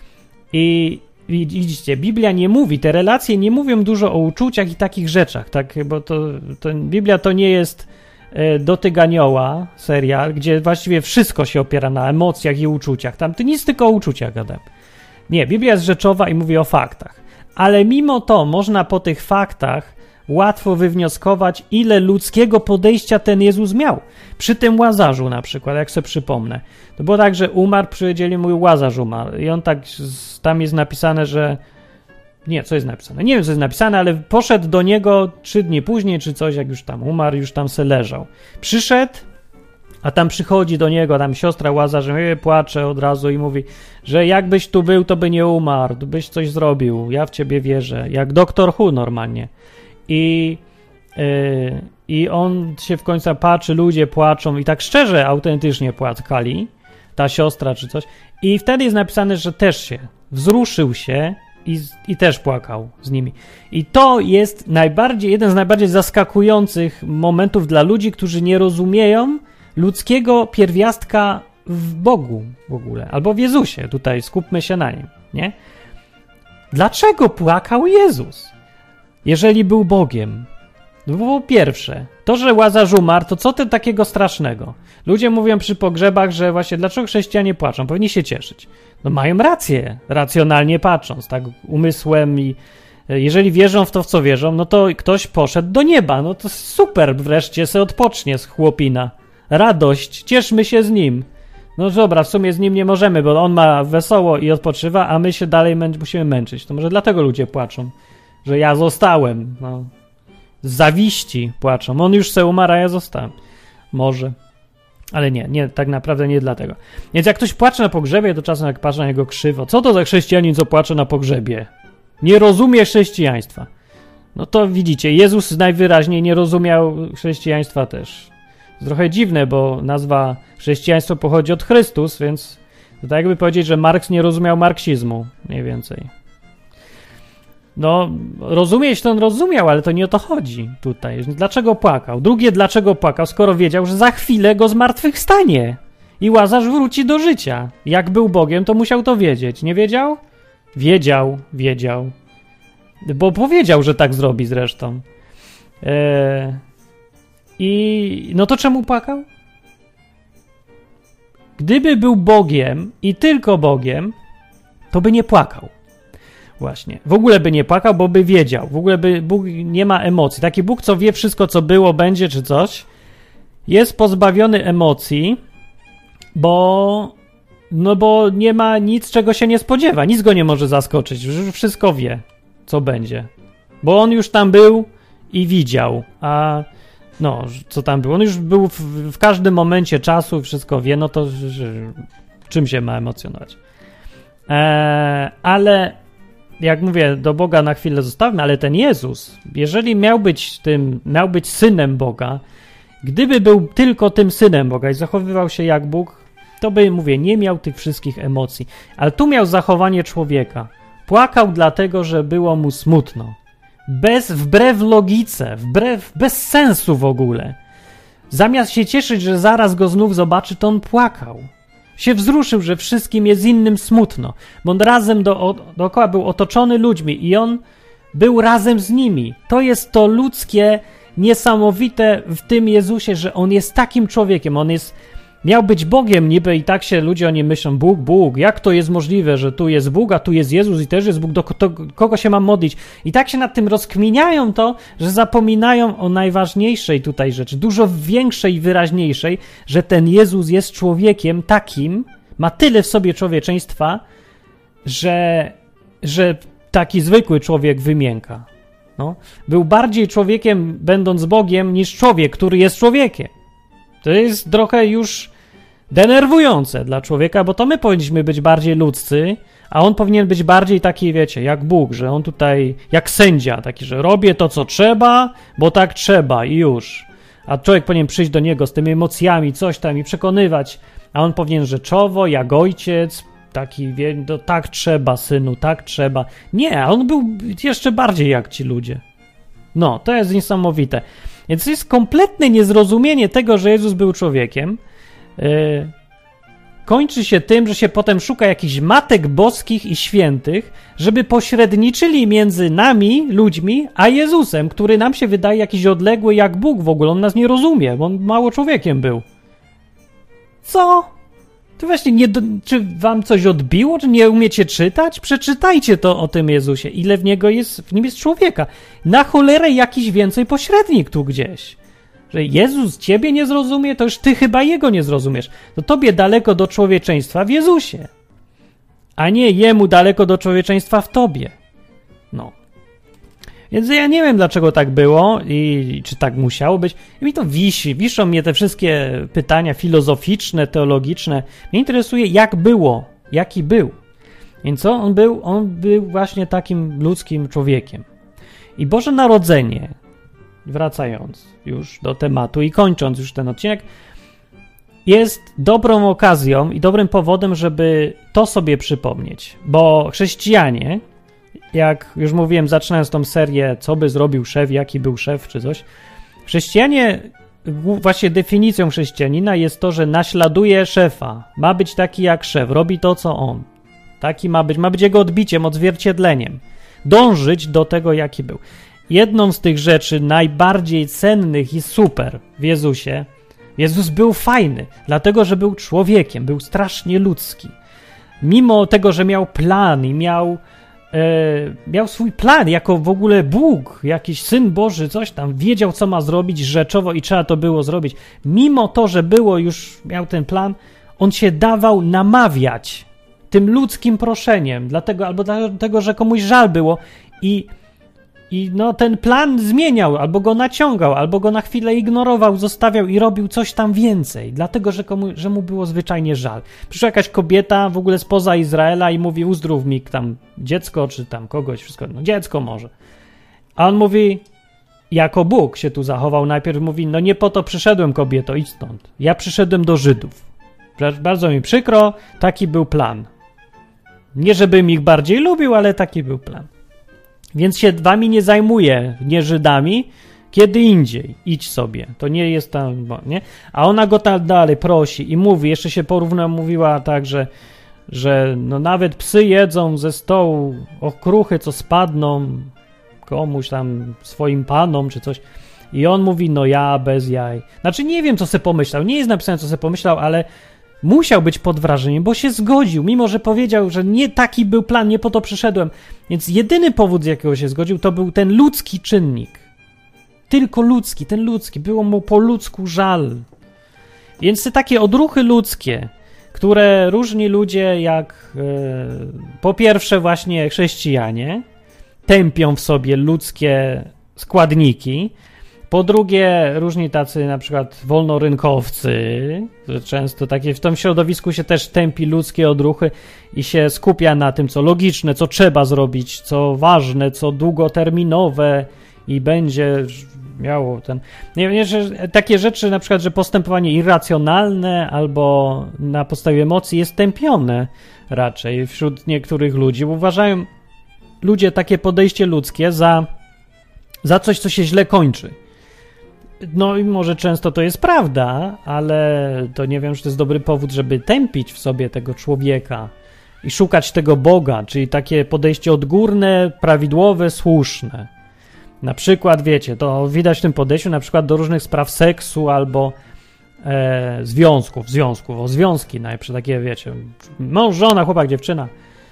I widzicie, Biblia nie mówi, te relacje nie mówią dużo o uczuciach i takich rzeczach, tak? Bo to, to Biblia to nie jest e, Dotyk Anioła, serial, gdzie właściwie wszystko się opiera na emocjach i uczuciach. Tam to nic tylko o uczuciach gadam. Nie, Biblia jest rzeczowa i mówi o faktach. Ale mimo to można po tych faktach łatwo wywnioskować, ile ludzkiego podejścia ten Jezus miał. Przy tym Łazarzu na przykład, jak sobie przypomnę. To było tak, że umarł, przyjęli mój Łazarz umarł. I on tak, tam jest napisane, że... Nie, co jest napisane? Nie wiem, co jest napisane, ale poszedł do niego trzy dni później, czy coś, jak już tam umarł, już tam se leżał. Przyszedł, a tam przychodzi do niego, tam siostra Łazarz, płacze od razu i mówi, że jakbyś tu był, to by nie umarł, byś coś zrobił, ja w ciebie wierzę. Jak doktor Who normalnie. I, yy, I on się w końcu patrzy, ludzie płaczą i tak szczerze, autentycznie płatkali, ta siostra czy coś. I wtedy jest napisane, że też się wzruszył się i, i też płakał z nimi. I to jest najbardziej, jeden z najbardziej zaskakujących momentów dla ludzi, którzy nie rozumieją ludzkiego pierwiastka w Bogu w ogóle, albo w Jezusie. Tutaj skupmy się na nim, nie? Dlaczego płakał Jezus? Jeżeli był Bogiem. No bo po pierwsze, to, że Łazarz umarł, to co ty takiego strasznego? Ludzie mówią przy pogrzebach, że właśnie dlaczego chrześcijanie płaczą? Powinni się cieszyć. No mają rację, racjonalnie patrząc, tak umysłem i Jeżeli wierzą w to, w co wierzą, no to ktoś poszedł do nieba. No to super, wreszcie se odpocznie z chłopina. Radość, cieszmy się z nim. No dobra, w sumie z nim nie możemy, bo on ma wesoło i odpoczywa, a my się dalej mę- musimy męczyć. To może dlatego ludzie płaczą, że ja zostałem. No. Z zawiści płaczą. On już se umarł, a ja zostałem. Może. Ale nie, nie, tak naprawdę nie dlatego. Więc jak ktoś płacze na pogrzebie, to czasem jak patrzę na niego krzywo. Co to za chrześcijanin, co płacze na pogrzebie? Nie rozumie chrześcijaństwa. No to widzicie, Jezus najwyraźniej nie rozumiał chrześcijaństwa też. To trochę dziwne, bo nazwa chrześcijaństwo pochodzi od Chrystus, więc to tak jakby powiedzieć, że Marks nie rozumiał marksizmu, mniej więcej. No, rozumieć to on rozumiał, ale to nie o to chodzi tutaj. Dlaczego płakał? Drugie, dlaczego płakał, skoro wiedział, że za chwilę go zmartwychwstanie i Łazarz wróci do życia. Jak był Bogiem, to musiał to wiedzieć. Nie wiedział? Wiedział, wiedział. Bo powiedział, że tak zrobi zresztą. Eee, I no to czemu płakał? Gdyby był Bogiem i tylko Bogiem, to by nie płakał. Właśnie. W ogóle by nie płakał, bo by wiedział. W ogóle by Bóg nie ma emocji. Taki Bóg, co wie wszystko, co było, będzie, czy coś, jest pozbawiony emocji, bo no bo nie ma nic, czego się nie spodziewa. Nic go nie może zaskoczyć. Już wszystko wie, co będzie. Bo on już tam był i widział. A no, co tam było? On już był w, w każdym momencie czasu, wszystko wie, no to że, że, czym się ma emocjonować? Eee, ale jak mówię, do Boga na chwilę zostawmy, ale ten Jezus, jeżeli miał być tym, miał być synem Boga, gdyby był tylko tym synem Boga i zachowywał się jak Bóg, to by, mówię, nie miał tych wszystkich emocji. Ale tu miał zachowanie człowieka. Płakał dlatego, że było mu smutno. Bez, wbrew logice, wbrew, bez sensu w ogóle. Zamiast się cieszyć, że zaraz go znów zobaczy, to on płakał. Się wzruszył, że wszystkim jest innym smutno, bo on razem do, o, dookoła był otoczony ludźmi i on był razem z nimi. To jest to ludzkie, niesamowite w tym Jezusie, że on jest takim człowiekiem, on jest, miał być Bogiem niby i tak się ludzie o nim myślą, Bóg, Bóg, jak to jest możliwe, że tu jest Bóg, a tu jest Jezus i też jest Bóg, do, do kogo się mam modlić? I tak się nad tym rozkminiają to, że zapominają o najważniejszej tutaj rzeczy, dużo większej i wyraźniejszej, że ten Jezus jest człowiekiem takim, ma tyle w sobie człowieczeństwa, że, że taki zwykły człowiek wymięka. No. Był bardziej człowiekiem, będąc Bogiem, niż człowiek, który jest człowiekiem. To jest trochę już denerwujące dla człowieka, bo to my powinniśmy być bardziej ludzcy, a on powinien być bardziej taki, wiecie, jak Bóg, że on tutaj, jak sędzia, taki, że robię to, co trzeba, bo tak trzeba i już. A człowiek powinien przyjść do niego z tymi emocjami, coś tam i przekonywać, a on powinien rzeczowo, jak ojciec, taki, wie, no, tak trzeba, synu, tak trzeba. Nie, a on był jeszcze bardziej jak ci ludzie. No, to jest niesamowite. Więc jest kompletne niezrozumienie tego, że Jezus był człowiekiem. Yy, kończy się tym, że się potem szuka jakichś matek boskich i świętych, żeby pośredniczyli między nami, ludźmi, a Jezusem, który nam się wydaje jakiś odległy jak Bóg w ogóle. On nas nie rozumie, bo on mało człowiekiem był. Co? To właśnie, nie do, czy wam coś odbiło? Czy nie umiecie czytać? Przeczytajcie to o tym Jezusie. Ile w niego jest, w nim jest człowieka. Na cholerę jakiś więcej pośrednik tu gdzieś. Że Jezus ciebie nie zrozumie, to już ty chyba jego nie zrozumiesz. To tobie daleko do człowieczeństwa w Jezusie. A nie jemu daleko do człowieczeństwa w tobie. No. Więc ja nie wiem, dlaczego tak było i czy tak musiało być. I mi to wisi. Wiszą mnie te wszystkie pytania filozoficzne, teologiczne. Mnie interesuje, jak było, jaki był. Więc co? On był, on był właśnie takim ludzkim człowiekiem. I Boże Narodzenie, wracając już do tematu i kończąc już ten odcinek, jest dobrą okazją i dobrym powodem, żeby to sobie przypomnieć. Bo chrześcijanie, jak już mówiłem, zaczynając tą serię, co by zrobił szef, jaki był szef, czy coś. Chrześcijanie, właśnie definicją chrześcijanina jest to, że naśladuje szefa. Ma być taki jak szef, robi to, co on. Taki ma być, ma być jego odbiciem, odzwierciedleniem. Dążyć do tego, jaki był. Jedną z tych rzeczy najbardziej cennych i super w Jezusie, Jezus był fajny, dlatego, że był człowiekiem, był strasznie ludzki. Mimo tego, że miał plan i miał e, miał swój plan jako w ogóle Bóg, jakiś Syn Boży, coś tam, wiedział, co ma zrobić rzeczowo i trzeba to było zrobić. Mimo to, że było już, miał ten plan, on się dawał namawiać tym ludzkim proszeniem, dlatego, albo dlatego, że komuś żal było i, i no, ten plan zmieniał, albo go naciągał, albo go na chwilę ignorował, zostawiał i robił coś tam więcej, dlatego, że, komu, że mu było zwyczajnie żal. Przyszła jakaś kobieta w ogóle spoza Izraela i mówi, uzdrów mi tam dziecko, czy tam kogoś, wszystko, no dziecko może. A on mówi, jako Bóg się tu zachował, najpierw mówi, no nie po to przyszedłem, kobieto, idź stąd. Ja przyszedłem do Żydów. Bardzo mi przykro, taki był plan. Nie żebym ich bardziej lubił, ale taki był plan. Więc się wami nie zajmuję, nie Żydami, kiedy indziej. Idź sobie. To nie jest tam, nie? A ona go tam dalej prosi i mówi, jeszcze się porówno mówiła tak, że, że no nawet psy jedzą ze stołu okruchy, co spadną komuś tam, swoim panom czy coś. I on mówi, no ja bez jaj. Znaczy nie wiem, co sobie pomyślał. Nie jest napisane, co sobie pomyślał, ale musiał być pod wrażeniem, bo się zgodził, mimo że powiedział, że nie taki był plan, nie po to przyszedłem. Więc jedyny powód, z jakiego się zgodził, to był ten ludzki czynnik. Tylko ludzki, ten ludzki. Było mu po ludzku żal. Więc te takie odruchy ludzkie, które różni ludzie jak e, po pierwsze właśnie chrześcijanie tępią w sobie ludzkie składniki, po drugie, różni tacy na przykład wolnorynkowcy, że często takie w tym środowisku się też tępi ludzkie odruchy i się skupia na tym, co logiczne, co trzeba zrobić, co ważne, co długoterminowe i będzie miało ten... Nie wiem, że takie rzeczy na przykład, że postępowanie irracjonalne albo na podstawie emocji jest tępione raczej wśród niektórych ludzi. Uważają ludzie takie podejście ludzkie za, za coś, co się źle kończy. No i może często to jest prawda, ale to nie wiem, czy to jest dobry powód, żeby tępić w sobie tego człowieka i szukać tego Boga, czyli takie podejście odgórne, prawidłowe, słuszne. Na przykład, wiecie, to widać w tym podejściu na przykład do różnych spraw seksu albo e, związków, związków, o związki najpierw takie, wiecie, mąż, żona, chłopak, dziewczyna.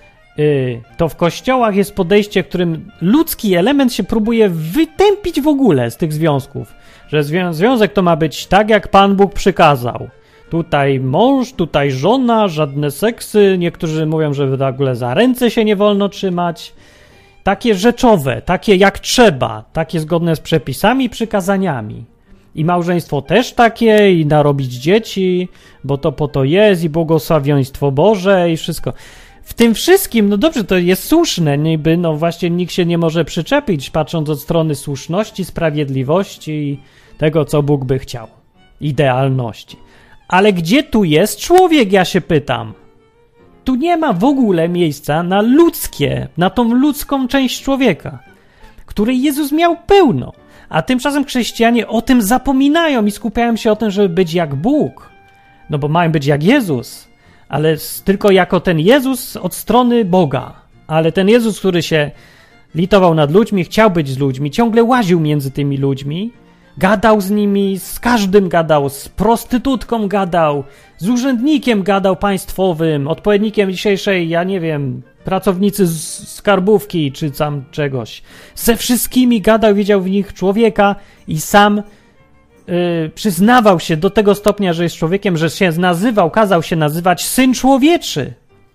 Y, to w kościołach jest podejście, w którym ludzki element się próbuje wytępić w ogóle z tych związków. Że zwią- związek to ma być tak, jak Pan Bóg przykazał. Tutaj mąż, tutaj żona, żadne seksy. Niektórzy mówią, że w ogóle za ręce się nie wolno trzymać. Takie rzeczowe, takie jak trzeba, takie zgodne z przepisami i przykazaniami. I małżeństwo też takie, i narobić dzieci, bo to po to jest, i błogosławieństwo Boże, i wszystko. W tym wszystkim, no dobrze, to jest słuszne, niby, no właśnie nikt się nie może przyczepić, patrząc od strony słuszności, sprawiedliwości i tego, co Bóg by chciał. Idealności. Ale gdzie tu jest człowiek, ja się pytam? Tu nie ma w ogóle miejsca na ludzkie, na tą ludzką część człowieka, której Jezus miał pełno. A tymczasem chrześcijanie o tym zapominają i skupiają się o tym, żeby być jak Bóg. No bo mają być jak Jezus, ale tylko jako ten Jezus od strony Boga. Ale ten Jezus, który się litował nad ludźmi, chciał być z ludźmi, ciągle łaził między tymi ludźmi, gadał z nimi, z każdym gadał, z prostytutką gadał, z urzędnikiem gadał państwowym, odpowiednikiem dzisiejszej, ja nie wiem, pracownicy z skarbówki czy tam czegoś. Ze wszystkimi gadał, widział w nich człowieka i sam yy, przyznawał się do tego stopnia, że jest człowiekiem, że się nazywał, kazał się nazywać Syn Człowieczy.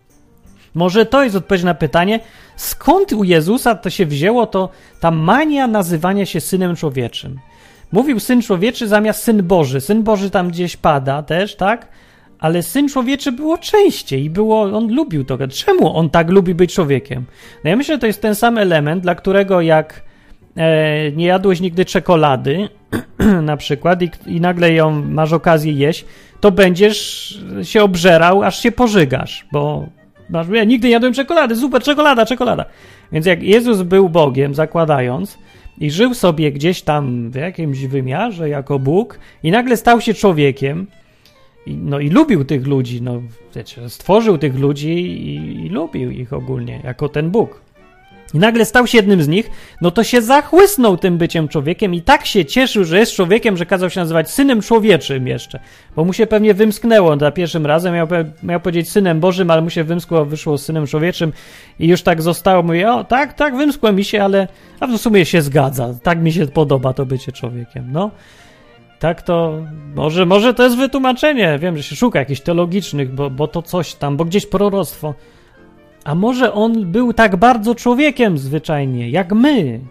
Może to jest odpowiedź na pytanie, skąd u Jezusa to się wzięło, to ta mania nazywania się Synem Człowieczym. Mówił Syn Człowieczy zamiast Syn Boży. Syn Boży tam gdzieś pada też, tak? Ale Syn Człowieczy było częściej i było, on lubił to. Czemu on tak lubi być człowiekiem? No ja myślę, że to jest ten sam element, dla którego jak e, nie jadłeś nigdy czekolady na przykład i, i nagle ją masz okazję jeść, to będziesz się obżerał, aż się pożygasz, bo masz, ja nigdy nie jadłem czekolady, super, czekolada, czekolada. Więc jak Jezus był Bogiem, zakładając, i żył sobie gdzieś tam w jakimś wymiarze jako Bóg i nagle stał się człowiekiem i, no i lubił tych ludzi, no wiecie, stworzył tych ludzi i, i lubił ich ogólnie jako ten Bóg. i nagle stał się jednym z nich, no to się zachłysnął tym byciem człowiekiem i tak się cieszył, że jest człowiekiem, że kazał się nazywać synem człowieczym jeszcze, bo mu się pewnie wymsknęło za pierwszym razem, miał, miał powiedzieć synem Bożym, ale mu się wymskło, wyszło synem człowieczym i już tak zostało, mówi, o tak, tak, wymskło mi się, ale a w sumie się zgadza, tak mi się podoba to bycie człowiekiem, no. Tak to, może, może to jest wytłumaczenie, wiem, że się szuka jakichś teologicznych, bo, bo to coś tam, bo gdzieś proroctwo. A może on był tak bardzo człowiekiem zwyczajnie, jak my?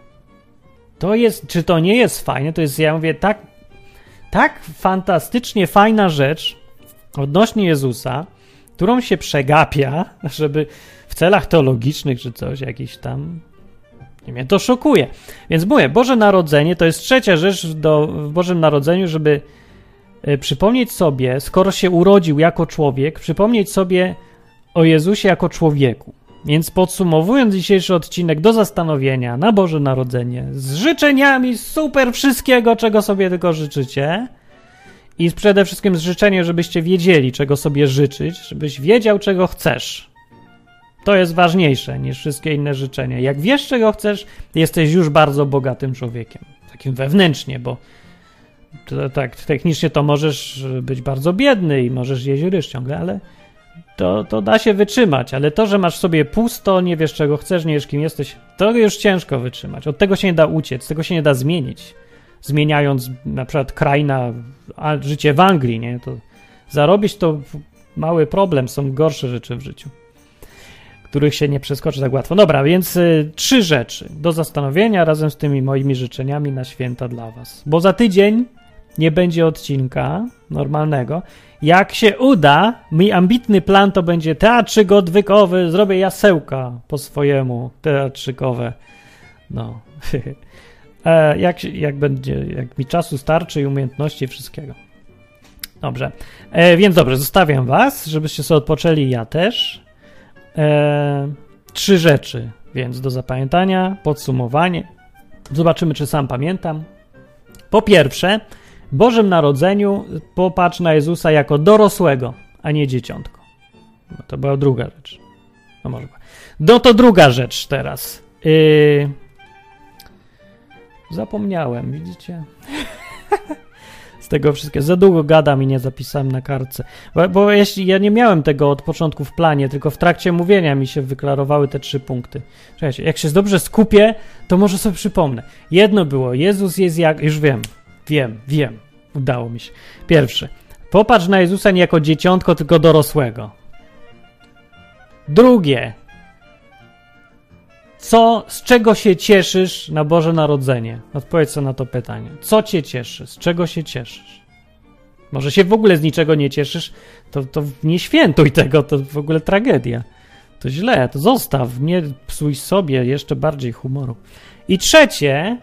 To jest, czy to nie jest fajne? To jest, ja mówię, tak, tak fantastycznie fajna rzecz odnośnie Jezusa, którą się przegapia, żeby w celach teologicznych czy coś, jakiś tam, nie mnie to szokuje. Więc mówię, Boże Narodzenie to jest trzecia rzecz do, w Bożym Narodzeniu, żeby y, przypomnieć sobie, skoro się urodził jako człowiek, przypomnieć sobie o Jezusie jako człowieku. Więc podsumowując dzisiejszy odcinek do zastanowienia na Boże Narodzenie z życzeniami super wszystkiego, czego sobie tylko życzycie i przede wszystkim z życzeniem, żebyście wiedzieli, czego sobie życzyć, żebyś wiedział, czego chcesz. To jest ważniejsze niż wszystkie inne życzenia. Jak wiesz, czego chcesz, jesteś już bardzo bogatym człowiekiem. Takim wewnętrznie, bo to, tak technicznie to możesz być bardzo biedny i możesz jeść ryż ciągle, ale To, to da się wytrzymać, ale to, że masz sobie pusto, nie wiesz czego chcesz, nie wiesz kim jesteś, to już ciężko wytrzymać. Od tego się nie da uciec, tego się nie da zmienić. Zmieniając na przykład kraj na a życie w Anglii, nie? To zarobić to mały problem, są gorsze rzeczy w życiu, których się nie przeskoczy tak łatwo. Dobra, więc y, trzy rzeczy do zastanowienia razem z tymi moimi życzeniami na święta dla was. Bo za tydzień nie będzie odcinka normalnego. Jak się uda, mój ambitny plan to będzie teatrzyk odwykowy, zrobię jasełka po swojemu, teatrzykowe. No. e, jak, jak będzie, jak mi czasu starczy i umiejętności wszystkiego. Dobrze. E, więc dobrze, zostawiam was, żebyście sobie odpoczęli, ja też. E, trzy rzeczy, więc do zapamiętania, podsumowanie. Zobaczymy, czy sam pamiętam. Po pierwsze, w Bożym Narodzeniu popatrz na Jezusa jako dorosłego, a nie dzieciątko. No to była druga rzecz. No może. No to druga rzecz teraz. Yy... Zapomniałem, widzicie? Z tego wszystkiego. Za długo gadam i nie zapisałem na kartce. Bo, bo jeśli ja nie miałem tego od początku w planie, tylko w trakcie mówienia mi się wyklarowały te trzy punkty. Czekajcie, jak się dobrze skupię, to może sobie przypomnę. Jedno było, Jezus jest jak... Już wiem. Wiem, wiem. Udało mi się. Pierwsze. Popatrz na Jezusa nie jako dzieciątko, tylko dorosłego. Drugie. Co, z czego się cieszysz na Boże Narodzenie? Odpowiedz sobie na to pytanie. Co cię cieszy? Z czego się cieszysz? Może się w ogóle z niczego nie cieszysz? To, to nie świętuj tego, to w ogóle tragedia. To źle, to zostaw. Nie psuj sobie jeszcze bardziej humoru. I trzecie...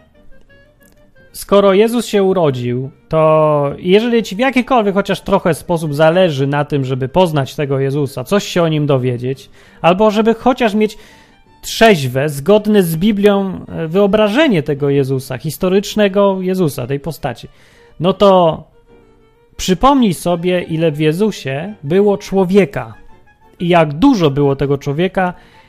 Skoro Jezus się urodził, to jeżeli ci w jakikolwiek chociaż trochę sposób zależy na tym, żeby poznać tego Jezusa, coś się o nim dowiedzieć, albo żeby chociaż mieć trzeźwe, zgodne z Biblią wyobrażenie tego Jezusa, historycznego Jezusa, tej postaci, no to przypomnij sobie, ile w Jezusie było człowieka i jak dużo było tego człowieka,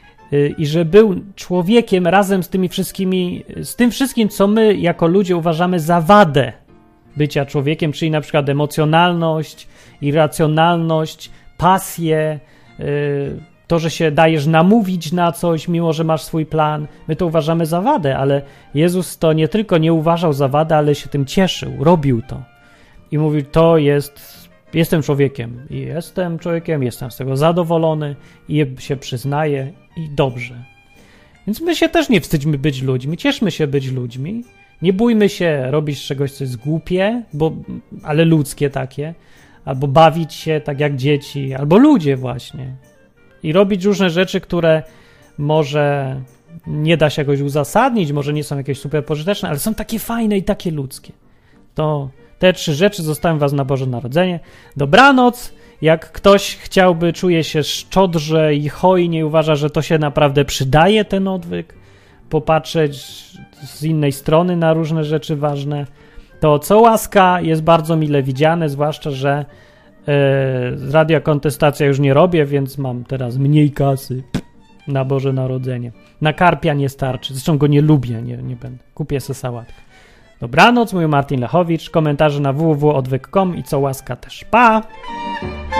i że był człowiekiem razem z tymi wszystkimi, z tym wszystkim, co my jako ludzie uważamy za wadę bycia człowiekiem, czyli na przykład emocjonalność, irracjonalność, pasję, to, że się dajesz namówić na coś, mimo że masz swój plan. My to uważamy za wadę, ale Jezus to nie tylko nie uważał za wadę, ale się tym cieszył, robił to. I mówił, to jest... Jestem człowiekiem i jestem człowiekiem, jestem z tego zadowolony i się przyznaję i dobrze. Więc my się też nie wstydźmy być ludźmi, cieszmy się być ludźmi, nie bójmy się robić czegoś, co jest głupie, bo, ale ludzkie takie, albo bawić się tak jak dzieci, albo ludzie właśnie i robić różne rzeczy, które może nie da się jakoś uzasadnić, może nie są jakieś super pożyteczne, ale są takie fajne i takie ludzkie. To... Te trzy rzeczy zostawiam was na Boże Narodzenie. Dobranoc. Jak ktoś chciałby, czuje się szczodrze i hojnie i uważa, że to się naprawdę przydaje, ten odwyk, popatrzeć z innej strony na różne rzeczy ważne, to co łaska jest bardzo mile widziane, zwłaszcza, że yy, radia Kontestacja już nie robię, więc mam teraz mniej kasy. na Boże Narodzenie. Na karpia nie starczy. Zresztą go nie lubię, nie, nie będę. Kupię sobie sałatkę. Dobranoc, mówił Martin Lechowicz. Komentarze na w w w kropka odwyk kropka com i co łaska też. Pa!